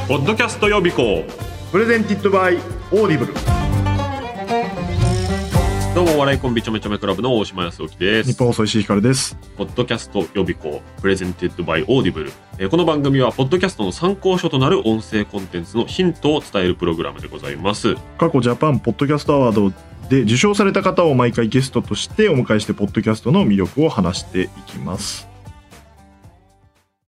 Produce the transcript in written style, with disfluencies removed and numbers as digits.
ポッドキャスト予備校プレゼンティッドバイオーディブル。 どうもお笑いコンビちょめちょめクラブの大島康之です。 日本放送石井ひかるです。 ポッドキャスト予備校プレゼンティッドバイオーディブル、この番組はポッドキャストの参考書となる音声コンテンツのヒントを伝えるプログラムでございます。 過去ジャパンポッドキャストアワードで受賞された方を毎回ゲストとしてお迎えしてポッドキャストの魅力を話していきます。